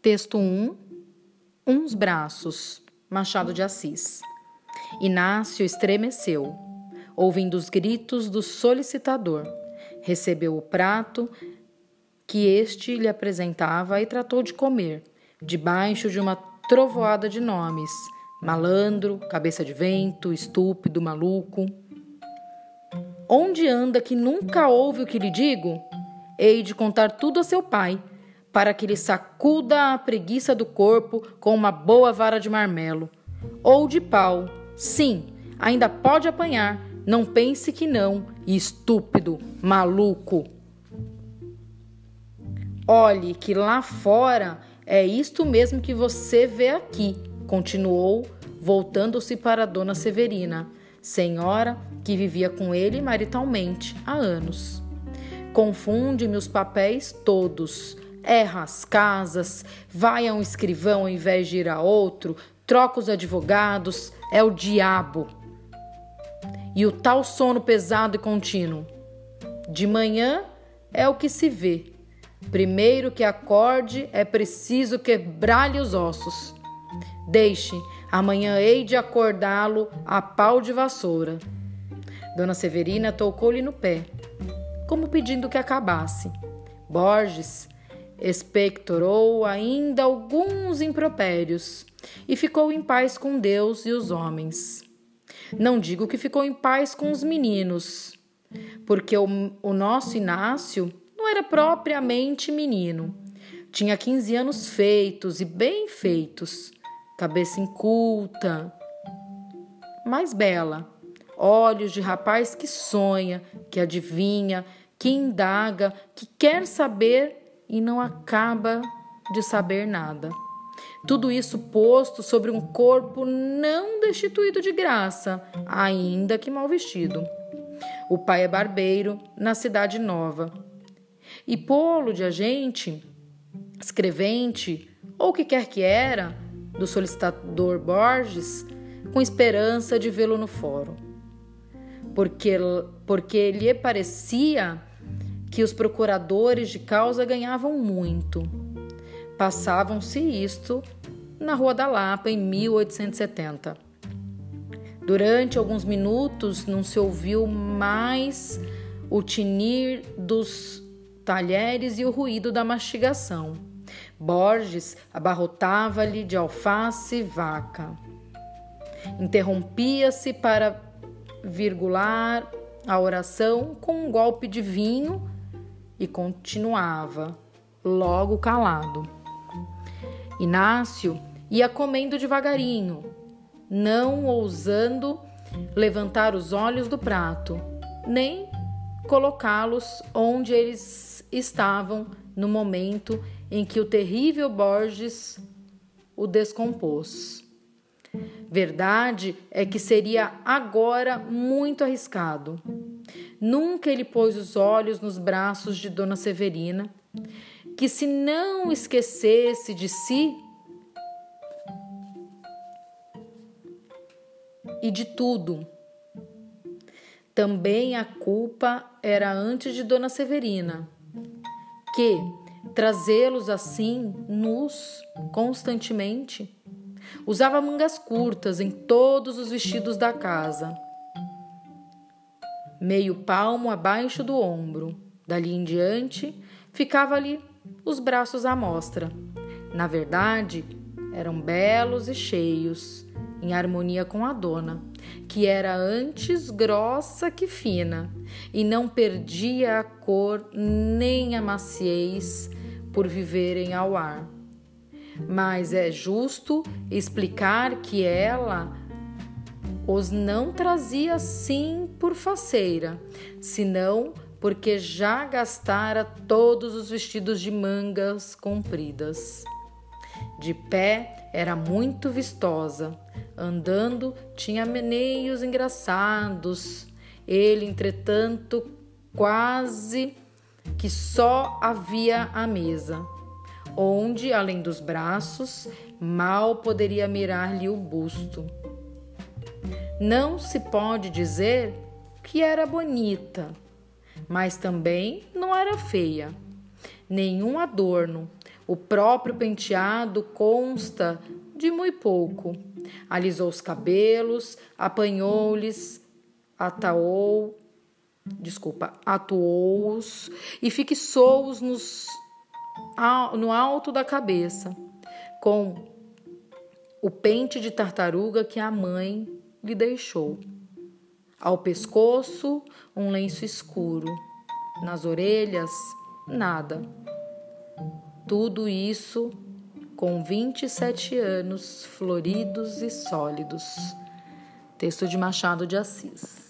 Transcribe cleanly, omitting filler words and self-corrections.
Texto 1. Uns braços. Machado de Assis. Inácio estremeceu, ouvindo os gritos do solicitador. Recebeu o prato que este lhe apresentava e tratou de comer, debaixo de uma trovoada de nomes: malandro, cabeça de vento, estúpido, maluco. Onde anda que nunca ouve o que lhe digo? Hei de contar tudo a seu pai, para que lhe sacuda a preguiça do corpo com uma boa vara de marmelo. Ou de pau. Sim, ainda pode apanhar. Não pense que não, estúpido, maluco. Olhe que lá fora é isto mesmo que você vê aqui, continuou, voltando-se para Dona Severina, senhora que vivia com ele maritalmente há anos. Confunde-me os papéis todos, erra as casas, vai a um escrivão ao invés de ir a outro, troca os advogados, é o diabo. E o tal sono pesado e contínuo? De manhã é o que se vê. Primeiro que acorde, é preciso quebrar-lhe os ossos. Deixe, amanhã hei de acordá-lo a pau de vassoura. Dona Severina tocou-lhe no pé, como pedindo que acabasse. Borges expectorou ainda alguns impropérios e ficou em paz com Deus e os homens. Não digo que ficou em paz com os meninos, porque o nosso Inácio não era propriamente menino. Tinha 15 anos feitos e bem feitos, cabeça inculta, mas bela, olhos de rapaz que sonha, que adivinha, que indaga, que quer saber e não acaba de saber nada. Tudo isso posto sobre um corpo não destituído de graça, ainda que mal vestido. O pai é barbeiro na Cidade Nova. E pô-lo de agente, escrevente, ou o que quer que era, do solicitador Borges, com esperança de vê-lo no fórum. Porque lhe parecia que os procuradores de causa ganhavam muito. Passavam-se isto na Rua da Lapa, em 1870. Durante alguns minutos não se ouviu mais o tinir dos talheres e o ruído da mastigação. Borges abarrotava-lhe de alface e vaca. Interrompia-se para virgular a oração com um golpe de vinho e continuava, logo calado. Inácio ia comendo devagarinho, não ousando levantar os olhos do prato, nem colocá-los onde eles estavam no momento em que o terrível Borges o descompôs. Verdade é que seria agora muito arriscado. Nunca ele pôs os olhos nos braços de Dona Severina, que se não esquecesse de si e de tudo. Também a culpa era antes de Dona Severina, que trazê-los assim, nus, constantemente, usava mangas curtas em todos os vestidos da casa, meio palmo abaixo do ombro. Dali em diante, ficava-lhe os braços à mostra. Na verdade, eram belos e cheios, em harmonia com a dona, que era antes grossa que fina, e não perdia a cor nem a maciez por viverem ao ar. Mas é justo explicar que ela os não trazia assim por faceira, senão porque já gastara todos os vestidos de mangas compridas. De pé era muito vistosa, andando tinha meneios engraçados. Ele, entretanto, quase que só havia a mesa, onde, além dos braços, mal poderia mirar-lhe o busto. Não se pode dizer que era bonita, mas também não era feia. Nenhum adorno, O próprio penteado consta de muito pouco. Alisou os cabelos, apanhou-lhes, atuou-os e fixou-os no alto da cabeça, com o pente de tartaruga que a mãe lhe deixou. Ao pescoço, um lenço escuro. Nas orelhas, nada. Tudo isso com 27 anos floridos e sólidos. Texto de Machado de Assis.